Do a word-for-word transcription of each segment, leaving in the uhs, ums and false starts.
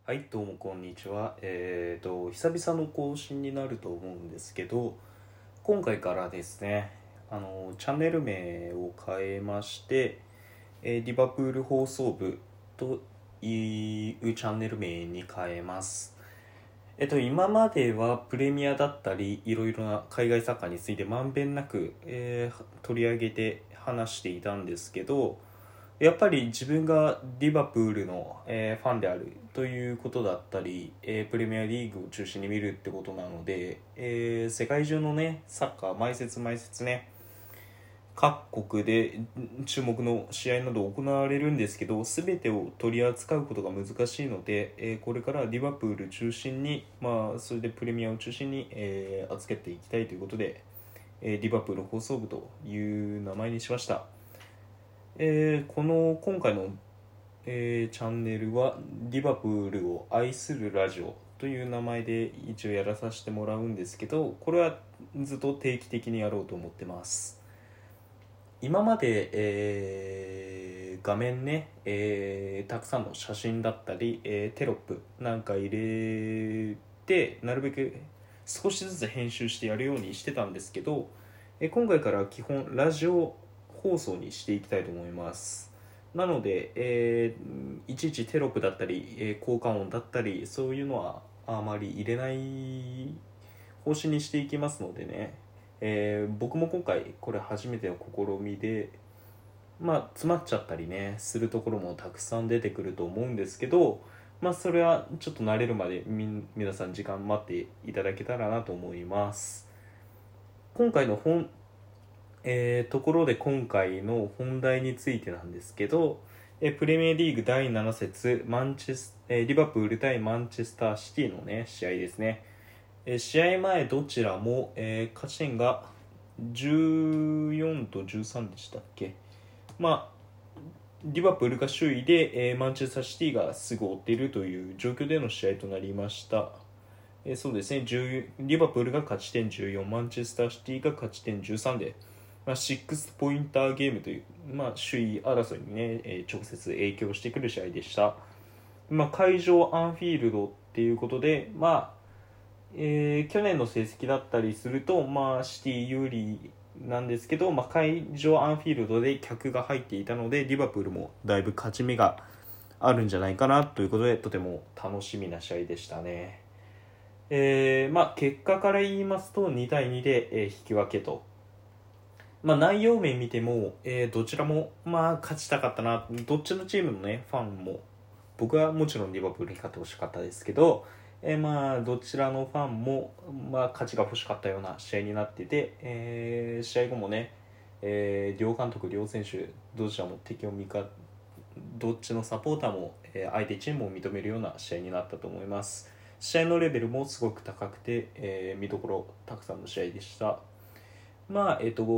はい、どうもこんにちは。えーと、久々の更新になると思うんですけど、今回からですね、あの、チャンネル名を変えまして、えーリバプール放送部というチャンネル名に変えます。えっと、今まではプレミアだったり、いろいろな海外サッカーについてまんべんなく、えー取り上げて話していたんですけど、やっぱり自分がリバプールの、えーファンであるということだったり、えープレミアリーグを中心に見るってことなので、えー世界中のねサッカー毎節毎節ね各国で注目の試合など行われるんですけど、全てを取り扱うことが難しいので、えーこれからリバプール中心に、まあ、それでプレミアを中心に、えー扱っていきたいということで、えーリバプール放送部という名前にしました。えーこの今回の、えーチャンネルはリバプールを愛するラジオという名前で一応やらさせてもらうんですけど、これはずっと定期的にやろうと思ってます。今まで、えー画面ね、えーたくさんの写真だったり、えーテロップなんか入れてなるべく少しずつ編集してやるようにしてたんですけど、えー今回から基本ラジオ放送にしていきたいと思います。なので、えーいちいちテロップだったり、えー効果音だったりそういうのはあまり入れない方針にしていきますのでね、えー僕も今回これ初めての試みで、まあ詰まっちゃったりねするところもたくさん出てくると思うんですけど、まあそれはちょっと慣れるまでみ皆さん時間待っていただけたらなと思います。今回の本、えーところで今回の本題についてなんですけど、えープレミアリーグだいなな節マンチェス、えーリバプール対マンチェスターシティのね試合ですね。えー試合前どちらも、えー勝ち点がじゅうよんとじゅうさんでしたっけ。まあリバプールが首位で、えーマンチェスターシティがすぐ追っているという状況での試合となりました。えーそうですね、リバプールが勝ち点じゅうよん、マンチェスターシティが勝ち点じゅうさんで、まあ、ろくポインターゲームという、まあ、首位争いにね、えー直接影響してくる試合でした。まあ、会場アンフィールドっていうことで、まあえー去年の成績だったりすると、まあ、シティ有利なんですけど、まあ、会場アンフィールドで客が入っていたのでリバプールもだいぶ勝ち目があるんじゃないかなということで、とても楽しみな試合でしたね。えーまあ、結果から言いますとにたいにで、えー引き分けと、まあ、内容面見ても、えーどちらも、まあ、勝ちたかったな、どっちのチームの、ね、ファンも僕はもちろんリバプールに勝ってほしかったですけど、えーまあどちらのファンも、まあ、勝ちが欲しかったような試合になってて、えー試合後もね、えー両監督両選手どちらも敵を味方どっちのサポーターも、えー相手チームを認めるような試合になったと思います。試合のレベルもすごく高くて、えー見どころたくさんの試合でした。まあえっ、と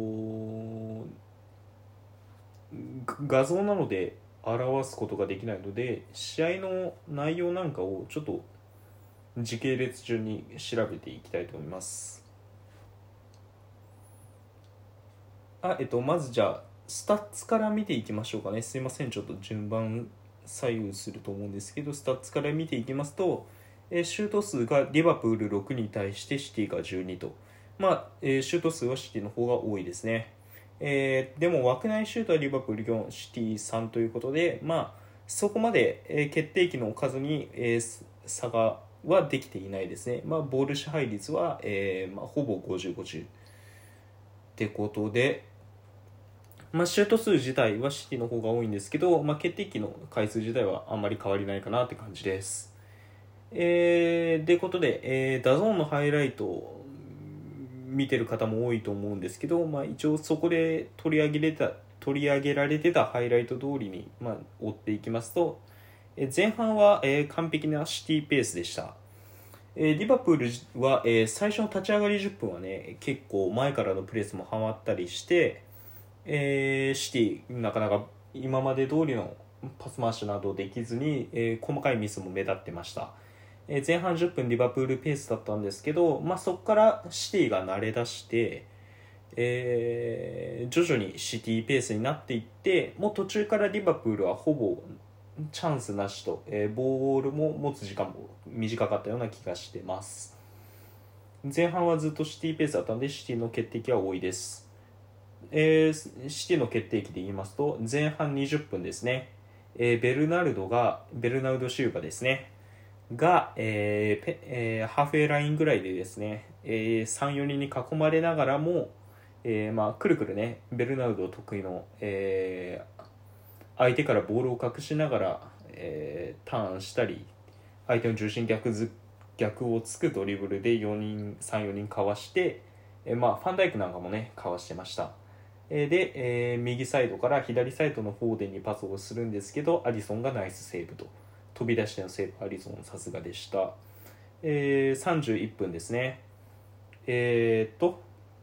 画像なので表すことができないので、試合の内容なんかをちょっと時系列順に調べていきたいと思います。あえっとまずじゃあスタッツから見ていきましょうかね。すいません、ちょっと順番左右すると思うんですけど、スタッツから見ていきますと、えーシュート数がリバプールろくに対してシティがじゅうにと、まあ、えーシュート数はシティの方が多いですね。えーでも枠内シュートはリバプールよん、シティさんということで、まあそこまで、えー決定機の数に、えー差がはできていないですね。まあ、ボール支配率は、えーまあ、ほぼごじゅう、ごじゅうってことで、まあ、シュート数自体はシティの方が多いんですけど、まあ、決定機の回数自体はあんまり変わりないかなって感じです。えー、でことで、えー、ダゾーンのハイライトを見てる方も多いと思うんですけど、まあ、一応そこで取り上げれた取り上げられてたハイライト通りに、まあ、追っていきますと、えー前半は、えー完璧なシティペースでした。えーリバプールは、えー最初の立ち上がりじゅっぷんはね結構前からのプレスもハマったりして、えーシティなかなか今まで通りのパス回しなどできずに、えー細かいミスも目立ってました。えー前半じゅっぷんリバプールペースだったんですけど、まあ、そこからシティが慣れ出して、えー徐々にシティペースになっていって、もう途中からリバプールはほぼチャンスなしと、えー、ボールも持つ時間も短かったような気がしてます。前半はずっとシティペースだったのでシティの決定機は多いです。えー、シティの決定機で言いますと前半にじゅっぷんですね、えー、ベルナルドがベルナルドシューバですねが、えーペえーハーフウェイラインぐらいでですね、えー、さん、よにんに囲まれながらも、えーまあ、くるくるねベルナルド得意の、えー相手からボールを隠しながら、えーターンしたり相手の重心逆ず逆をつくドリブルでよにんさん、よにんかわして、えーまあ、ファンダイクなんかもねかわしてました。えーで、えー右サイドから左サイドのフォーデンにパスをするんですけどアリソンがナイスセーブと、飛び出してのセーブ、アリソンさすがでした。えーさんじゅういっぷんですね。えーっと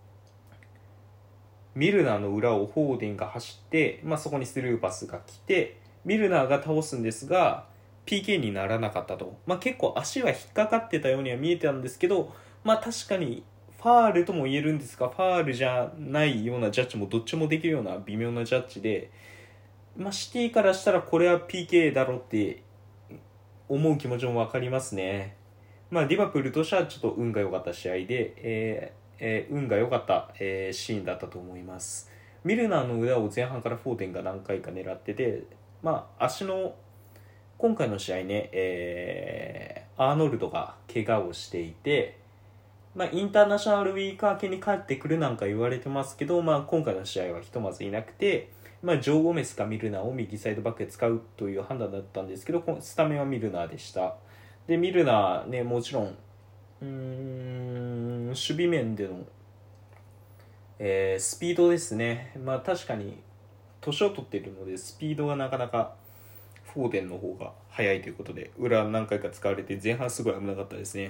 ミルナーの裏をフォーデンが走って、まあ、そこにスルーパスが来てミルナーが倒すんですが ピーケー にならなかったと、まあ、結構足は引っかかってたようには見えてたんですけど、まあ、確かにファールとも言えるんですがファールじゃないようなジャッジもどっちもできるような微妙なジャッジで、まあ、シティからしたらこれは ピーケー だろって思う気持ちも分かりますね。まあ、リバプールとしてはちょっと運が良かった試合で、えーえー運が良かった、えーシーンだったと思います。ミルナーの裏を前半からフォーデンが何回か狙ってて、まあ、足の今回の試合ね、えーアーノルドが怪我をしていて、まあ、インターナショナルウィーク明けに帰ってくるなんか言われてますけど、まあ、今回の試合はひとまずいなくて、まあ、ジョー・ゴメスかミルナーを右サイドバックで使うという判断だったんですけどスタメンはミルナーでした。でミルナーねもちろんうーん守備面での、えースピードですね。まあ確かに年を取っているのでスピードがなかなかフォーデンの方が速いということで裏何回か使われて前半すごい危なかったですね。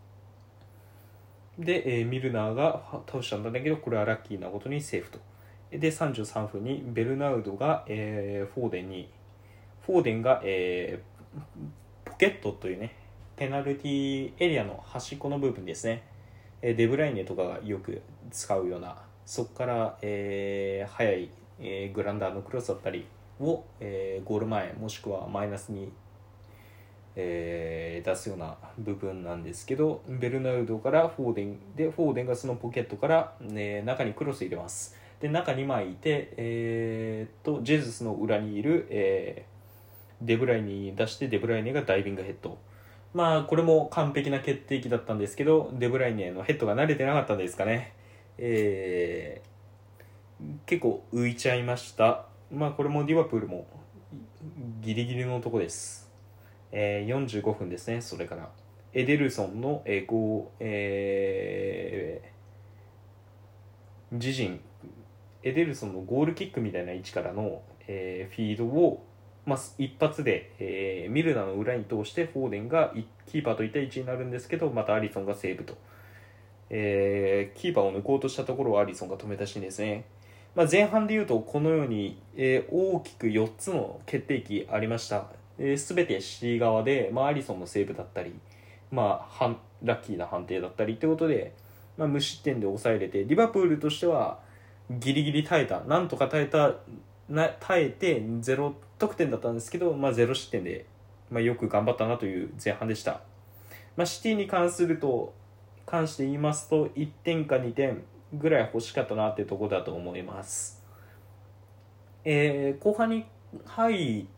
で、えーミルナーが倒したんだけどこれはラッキーなことにセーフと。でさんじゅうさんぷんにベルナウドが、えーフォーデンにフォーデンが、えーポケットというねペナルティエリアの端っこの部分ですね、えーデブライネとかがよく使うようなそこから、えー速い、えーグランダーのクロスだったりを、えーゴール前もしくはマイナスにえー出すような部分なんですけどベルナウドからフォーデンでフォーデンがそのポケットから、ね、中にクロス入れます。で中にまいいて、えー、っとジェズスの裏にいる、えーデブライネに出してデブライネがダイビングヘッド、まあこれも完璧な決定機だったんですけどデブライネのヘッドが慣れてなかったんですかね、えー結構浮いちゃいました。まあこれもリバプールもギリギリのとこです。えーよんじゅうごふんですね。それからエデルソンの、えーゴーえー自陣エデルソンのゴールキックみたいな位置からの、えーフィードを、まあ、一発で、えーミルナの裏に通してフォーデンがキーパーといった位置になるんですけどまたアリソンがセーブと、えーキーパーを抜こうとしたところをアリソンが止めたシーンですね。まあ、前半でいうとこのように、えー大きくよっつの決定機ありました。えー、全てシティ側で、まあ、アリソンのセーブだったり、まあ、ラッキーな判定だったりということで、まあ、無失点で抑えれてリバプールとしてはギリギリ耐えたなんとか耐えたな耐えてゼロ得点だったんですけど、まあ、ゼロ失点で、まあ、よく頑張ったなという前半でした。まあ、シティに関すると関して言いますといってんかにてんぐらい欲しかったなっていうところだと思います。えー後半に入って、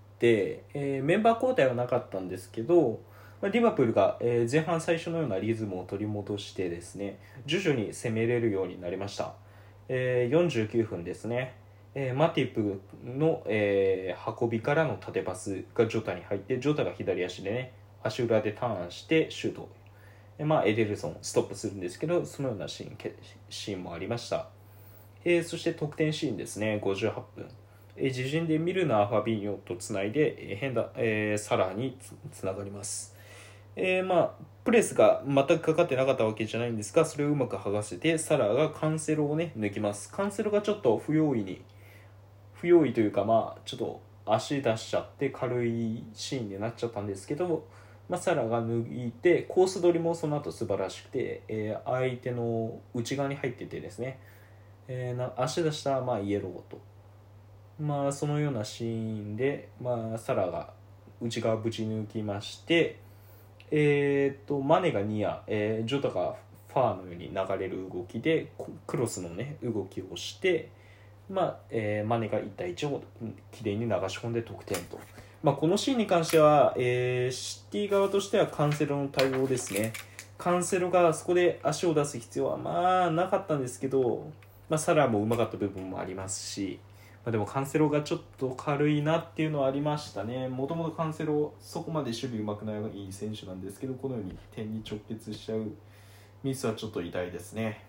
えーメンバー交代はなかったんですけど、まあリバプールが、えー前半最初のようなリズムを取り戻してですね徐々に攻めれるようになりました。えーよんじゅうきゅうふんですね、えーマティップの、えー運びからの縦パスがジョタに入ってジョタが左足でね足裏でターンしてシュート、でまあ、エデルソンストップするんですけどそのようなシーンシーンもありました。えーそして得点シーンですねごじゅうはっぷん、えー自陣でミルナー・ファビーニョとつないで、えー変だえーサラーにつつながります。えーまあプレスが全くかかってなかったわけじゃないんですがそれをうまく剥がせてサラーがカンセロをね抜きます。カンセロがちょっと不用意に不用意というかまあちょっと足出しちゃって軽いシーンになっちゃったんですけど、まあ、サラが抜いてコース取りもその後素晴らしくて、えー相手の内側に入っててですね、えーな足出したらまあイエローと、まあそのようなシーンで、まあ、サラが内側ぶち抜きまして、えー、とマネがニア、えー、ジョタがファーのように流れる動きでクロスの、ね、動きをして、まあえー、マネがいち対いちをきれいに流し込んで得点と、まあ、このシーンに関しては、えー、シティ側としてはカンセロの対応ですね。カンセロがそこで足を出す必要はまあなかったんですけど、まあ、サラもうまかった部分もありますし、まあ、でもカンセロがちょっと軽いなっていうのはありましたね。もともとカンセロそこまで守備うまくない選手なんですけど、このように点に直結しちゃうミスはちょっと痛いですね。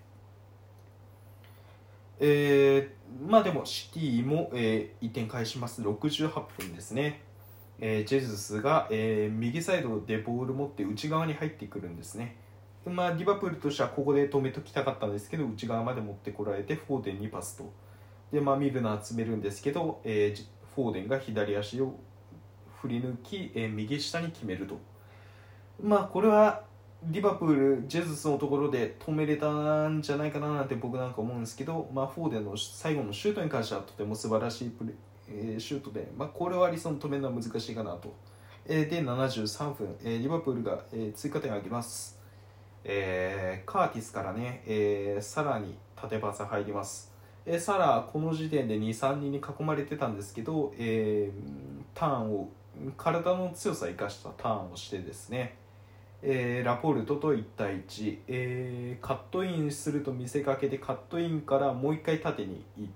えー、まあでもシティも、えー、いってん返します。ろくじゅうはっぷんですね。えー、ジェズスが、えー、右サイドでボール持って内側に入ってくるんですね。まあ、リバプールとしてはここで止めときたかったんですけど、内側まで持ってこられてフォーデンにパスと。で、まあ、ミルナー詰めるんですけど、えー、フォーデンが左足を振り抜き、えー、右下に決めると。まあこれはリバプール、ジェズスのところで止めれたんじゃないかななんて僕なんか思うんですけど、まあ、フォーデンの最後のシュートに関してはとても素晴らしいプレ、えー、シュートで、まあ、これはアリソン止めるのは難しいかなと。えー、でななじゅうさんぷん、えー、リバプールが、えー、追加点を挙げます。えー、カーティスからね、えー、サラに縦パス入ります。えー、サラこの時点で にさんにんに囲まれてたんですけど、えー、ターンを体の強さを生かしたターンをしてですね、えー、ラポルトといち対いち、えー、カットインすると見せかけてカットインからもう一回縦に行って、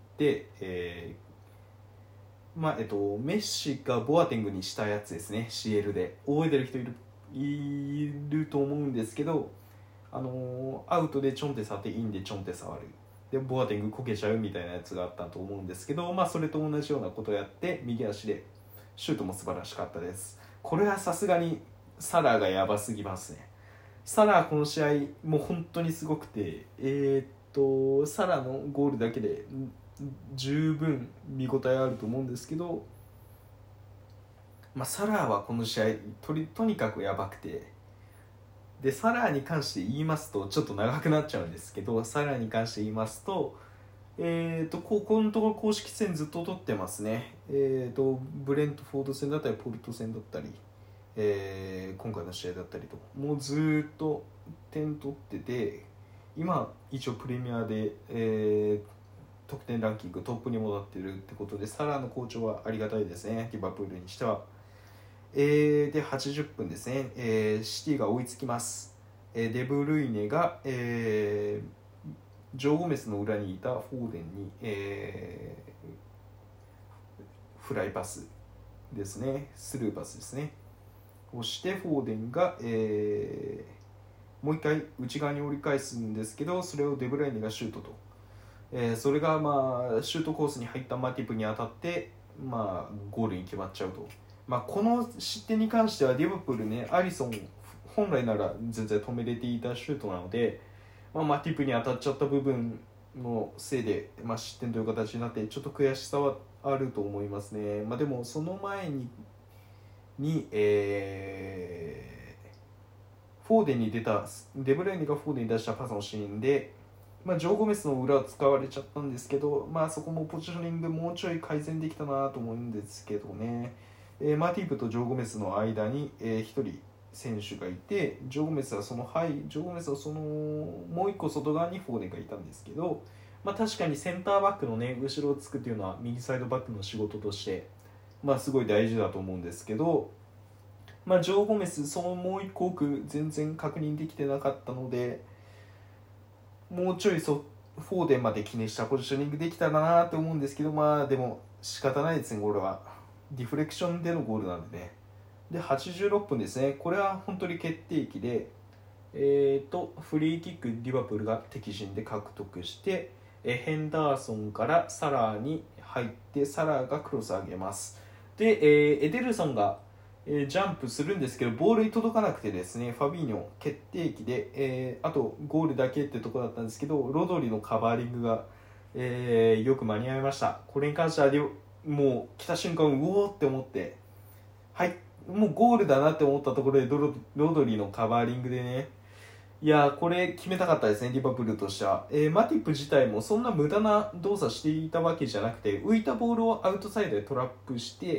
えーまあえっと、メッシがボアテングにしたやつですね。 シーエル で覚えてる人いるいると思うんですけど、あのー、アウトでチョンテ触ってインでチョンテ触るでボアテングこけちゃうみたいなやつがあったと思うんですけど、まあ、それと同じようなことをやって右足でシュートも素晴らしかったです。これはさすがにサラがやばすぎますね。サラこの試合もう本当にすごくて、えー、っとサラのゴールだけで十分見応えあると思うんですけど、まあ、サラはこの試合 と, りとにかくやばくて、でサラに関して言いますとちょっと長くなっちゃうんですけど、サラに関して言いますと、えー、とここのところ公式戦ずっと取ってますね。えー、とブレントフォード戦だったりポルト戦だったり、えー、今回の試合だったりともうずっと点取ってて、今一応プレミアで、えー、得点ランキングトップに戻ってるってことで、サラの好調はありがたいですね、リバプールにしては。えー、ではちじゅっぷんですね、えー、シティが追いつきます。えー、デブルイネが、えー、ジョー・ゴメスの裏にいたフォーデンに、えー、フライパスですね、スルーパスですねをしてフォーデンが、えー、もう一回内側に折り返すんですけど、それをデブライネがシュートと、えー、それが、まあ、シュートコースに入ったマティプに当たって、まあ、ゴールに決まっちゃうと。まあ、この失点に関してはリバプールね、アリソン本来なら全然止めれていたシュートなので、まあ、マティプに当たっちゃった部分のせいで、まあ、失点という形になってちょっと悔しさはあると思いますね。まあ、でもその前にに、えー、フォーデンに出たデブライネがフォーデンに出したパスのシーンで、まあ、ジョー・ゴメスの裏を使われちゃったんですけど、まあ、そこもポジショニングもうちょい改善できたなと思うんですけどね。えー、マティプとジョー・ゴメスの間に、えー、ひとり選手がいて、ジョー・ゴメスはその、はい、ジョー・ゴメスはそのもう一個外側にフォーデンがいたんですけど、まあ、確かにセンターバックの、ね、後ろをつくっていうのは右サイドバックの仕事として、まあ、すごい大事だと思うんですけど、まあ、ジョー・ゴメスそのもう一個奥全然確認できてなかったので、もうちょいそフォーデンまで気にしたポジショニングできたらなと思うんですけど、まあでも仕方ないですね、これはディフレクションでのゴールなんでね。ではちじゅうろっぷんですね、これは本当に決定機で、えー、とフリーキックリバプールが敵陣で獲得して、えヘンダーソンからサラーに入ってサラーがクロス上げます。で、えー、エデルソンが、えー、ジャンプするんですけどボールに届かなくてですね、ファビーニョ決定機で、えー、あとゴールだけってとこだったんですけど、ロドリのカバーリングが、えー、よく間に合いました。これに関してはもう来た瞬間うおーって思って、はいもうゴールだなって思ったところでロドリのカバーリングでね、いやこれ決めたかったですね、リバプールとしては。えー、マティップ自体もそんな無駄な動作していたわけじゃなくて、浮いたボールをアウトサイドでトラップして、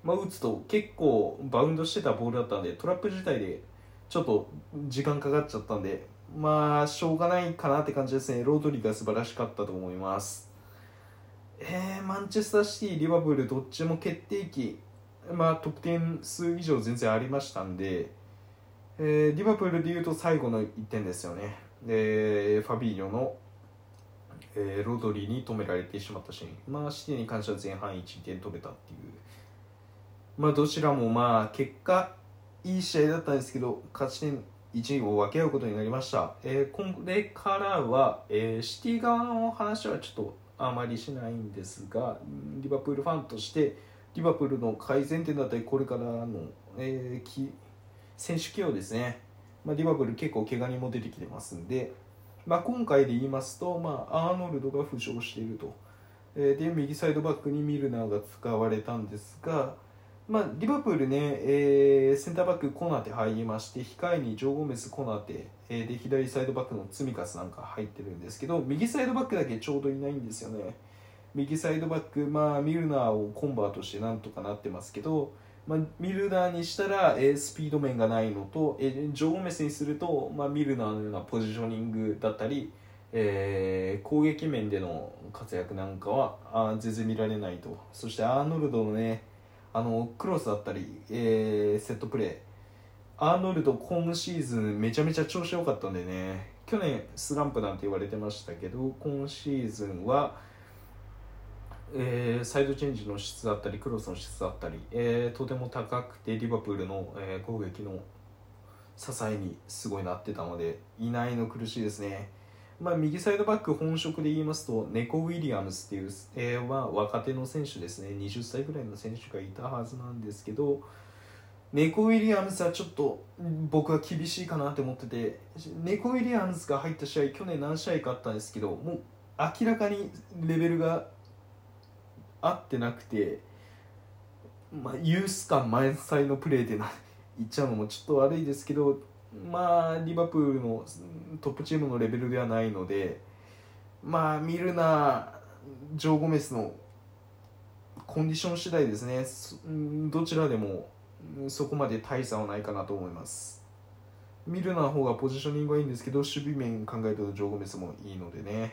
まあ、打つと結構バウンドしてたボールだったんで、トラップ自体でちょっと時間かかっちゃったんで、まあしょうがないかなって感じですね。ロードリーが素晴らしかったと思います。えー、マンチェスターシティ、リバプールどっちも決定機、まあ、得点数以上全然ありましたんで、えー、リバプールでいうと最後のいってんですよね。でファビーニョの、えー、ロドリーに止められてしまったシーン、まあ、シティに関しては前半いちてん取れたっていう、まあ、どちらもまあ結果いい試合だったんですけど、勝ち点いちを分け合うことになりました。えー、これからは、えー、シティ側の話はちょっとあまりしないんですが、リバプールファンとしてリバプールの改善点だったりこれからの、えー、き選手起用ですね、まあ、リバプール結構怪我人も出てきてますんで、まあ、今回で言いますと、まあ、アーノルドが負傷していると、えー、で右サイドバックにミルナーが使われたんですが、まあ、リバプールね、えー、センターバックコナテ入りまして、控えにジョー・ゴメス、コナテ、えー、で左サイドバックのツミカスなんか入ってるんですけど、右サイドバックだけちょうどいないんですよね。右サイドバック、まあ、ミルナーをコンバートしてなんとかなってますけど、まあ、ミルナーにしたら、えー、スピード面がないのと、えー、ジョー・ゴメスにすると、まあ、ミルナーのようなポジショニングだったり、えー、攻撃面での活躍なんかはあ全然見られないと。そしてアーノルドのね、あのクロスだったり、えー、セットプレー、アーノルド今シーズンめちゃめちゃ調子良かったんでね、去年スランプなんて言われてましたけど、今シーズンは、えー、サイドチェンジの質だったりクロスの質だったり、えー、とても高くてリバプールの、えー、攻撃の支えにすごいなってたので、いないの苦しいですね。まあ、右サイドバック本職で言いますとネコ・ウィリアムスっていう、えーまあ、若手の選手ですね、はたちぐらいの選手がいたはずなんですけど、ネコ・ウィリアムスはちょっと僕は厳しいかなって思ってて、ネコ・ウィリアムスが入った試合去年何試合かあったんですけど、もう明らかにレベルが合ってなくて、まあ、ユース感満載のプレーでな言っちゃうのもちょっと悪いですけど、まあリバプールのトップチームのレベルではないので、まあミルナー、ジョー・ゴメスのコンディション次第ですね。どちらでもそこまで大差はないかなと思います。ミルナーの方がポジショニングはいいんですけど、守備面考えるとジョー・ゴメスもいいのでね。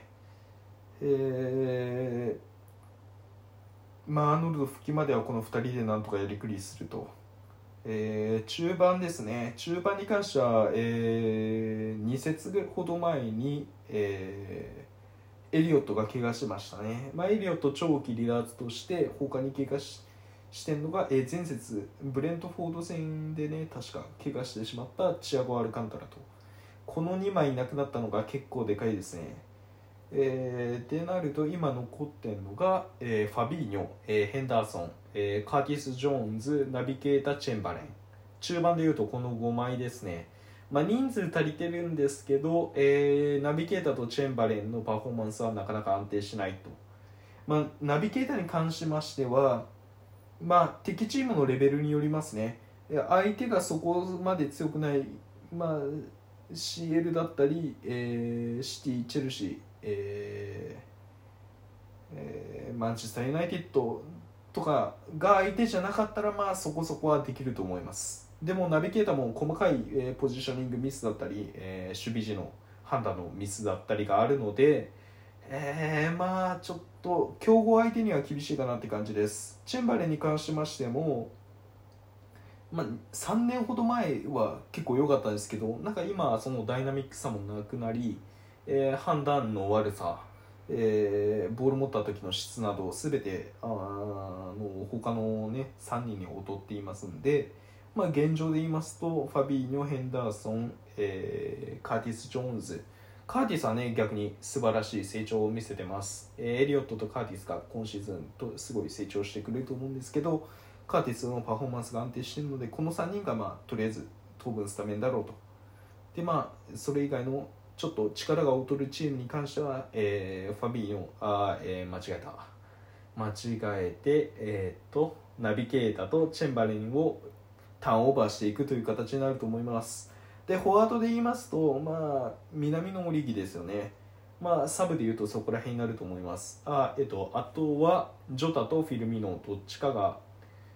えー、まあアーノルド復帰まではこのふたりでなんとかやりくりすると。えー、中盤ですね。中盤に関しては、えー、に節ほど前に、えー、エリオットが怪我しましたね。まあ、エリオット長期離脱として他に怪我ししてるのが、えー、前節ブレントフォード戦でね確か怪我してしまったチアゴ・アルカンタラと、このにまいいなくなったのが結構でかいですね。えー、でなると今残ってるのが、えー、ファビーニョ、えー、ヘンダーソン、えー、カーティス・ジョーンズ、ナビゲータ・チェンバレン、中盤でいうとこのごまいですね。まあ、人数足りてるんですけど、えー、ナビゲータとチェンバレンのパフォーマンスはなかなか安定しないと。まあ、ナビゲータに関しましては、まあ、敵チームのレベルによりますね。相手がそこまで強くない、まあ、シーエル だったり、えー、シティ、チェルシー、えーえー、マンチェスターユナイテッドとかが相手じゃなかったら、まあそこそこはできると思います。でもナビゲーターも細かい、えー、ポジショニングミスだったり、えー、守備時の判断のミスだったりがあるので、えー、まあちょっと強豪相手には厳しいかなって感じです。チェンバレンに関しましても、まあ、さんねんほど前は結構良かったんですけど、なんか今そのダイナミックさもなくなり、えー、判断の悪さ、えー、ボール持った時の質など全てあの他の、ね、さんにんに劣っていますんで、まあ、現状で言いますとファビーニョ、ヘンダーソン、えー、カーティス・ジョーンズ、カーティスはね逆に素晴らしい成長を見せてます。えー、エリオットとカーティスが今シーズンとすごい成長してくれると思うんですけど、カーティスのパフォーマンスが安定しているので、このさんにんが、まあ、とりあえず当分スタメンだろうと。でまあそれ以外のちょっと力が劣るチームに関しては、えー、ファビーニョあ、えー、間違えた間違えて、えー、とナビゲータとチェンバレンをターンオーバーしていくという形になると思います。でフォワードで言いますと、まあ、南のオリギですよね。まあ、サブでいうとそこら辺になると思います。あ、えっと、あとはジョタとフィルミノどっちかが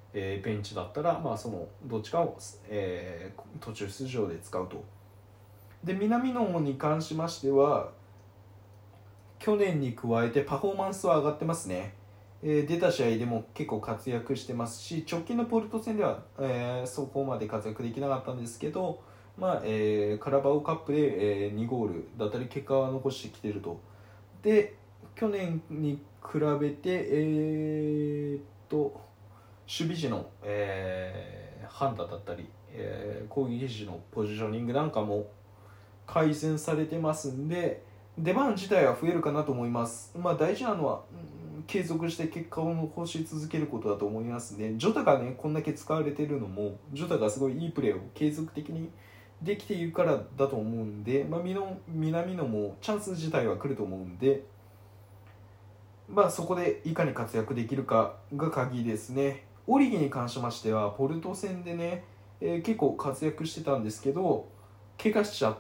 えー、ベンチだったら、まあ、そのどっちかを、えー、途中出場で使うと。で南野に関しましては去年に加えてパフォーマンスは上がってますね。えー、出た試合でも結構活躍してますし、直近のポルト戦では、えー、そこまで活躍できなかったんですけど、まあえー、カラバオカップで、えー、にゴールだったり結果は残してきていると。で去年に比べて、えー、っと守備時の、えー、判断だったり、えー、攻撃時のポジショニングなんかも改善されてますんで、出番自体は増えるかなと思います。まあ、大事なのは、うん、継続して結果を残し続けることだと思いますね。ジョタがねこんだけ使われているのもジョタがすごいいいプレーを継続的にできているからだと思うんで、まあ、南野もチャンス自体は来ると思うんで、まあ、そこでいかに活躍できるかが鍵ですね。オリギに関しましてはポルト戦でね、えー、結構活躍してたんですけど怪我しちゃって、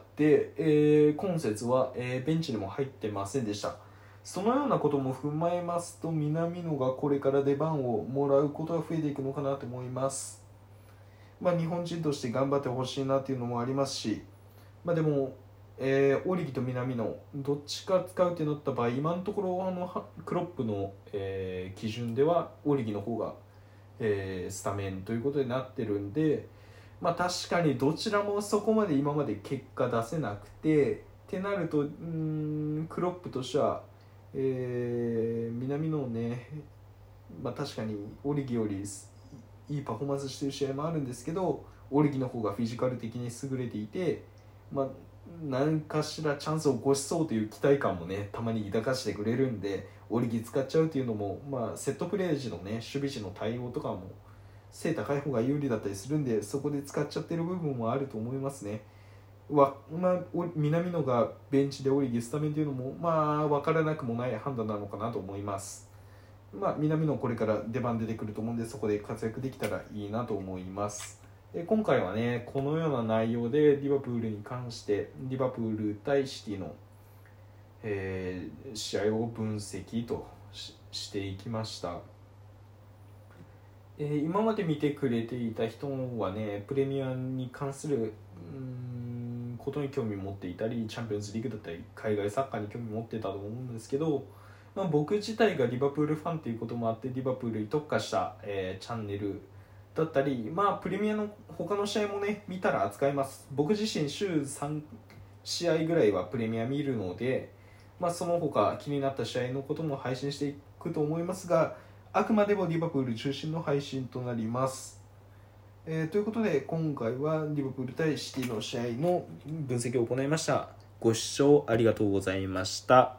えー、今節は、えー、ベンチにも入ってませんでした。そのようなことも踏まえますと南野がこれから出番をもらうことが増えていくのかなと思います。まあ、日本人として頑張ってほしいなっていうのもありますし、まあ、でも、えー、オリギと南野どっちか使うってなった場合今のところあのクロップの、えー、基準ではオリギの方が、えー、スタメンということになってるんで、まあ、確かにどちらもそこまで今まで結果出せなくてってなるとうーんクロップとしては、えー、南野ね、まあ、確かにオリギよりいいパフォーマンスしてる試合もあるんですけどオリギの方がフィジカル的に優れていて、まあ、何かしらチャンスを起こしそうという期待感もねたまに抱かしてくれるんでオリギ使っちゃうっていうのも、まあ、セットプレー時のね守備時の対応とかも背高い方が有利だったりするんでそこで使っちゃってる部分もあると思いますね。わまあ、南野がベンチでオリギスタメンというのもまあ分からなくもない判断なのかなと思います。まあ、南野これから出番出てくると思うんでそこで活躍できたらいいなと思います。で今回はねこのような内容でリバプールに関してリバプール対シティの、えー、試合を分析と し, していきました。えー、今まで見てくれていた人はねプレミアに関するうーんことに興味を持っていたりチャンピオンズリーグだったり海外サッカーに興味を持ってたと思うんですけど、まあ、僕自体がリバプールファンということもあってリバプールに特化した、えー、チャンネルだったり、まあ、プレミアの他の試合もね見たら扱います。僕自身週さん試合ぐらいはプレミア見るので、まあ、その他気になった試合のことも配信していくと思いますがあくまでもリバプール中心の配信となります。えー、ということで今回はリバプール対シティの試合の分析を行いました。ご視聴ありがとうございました。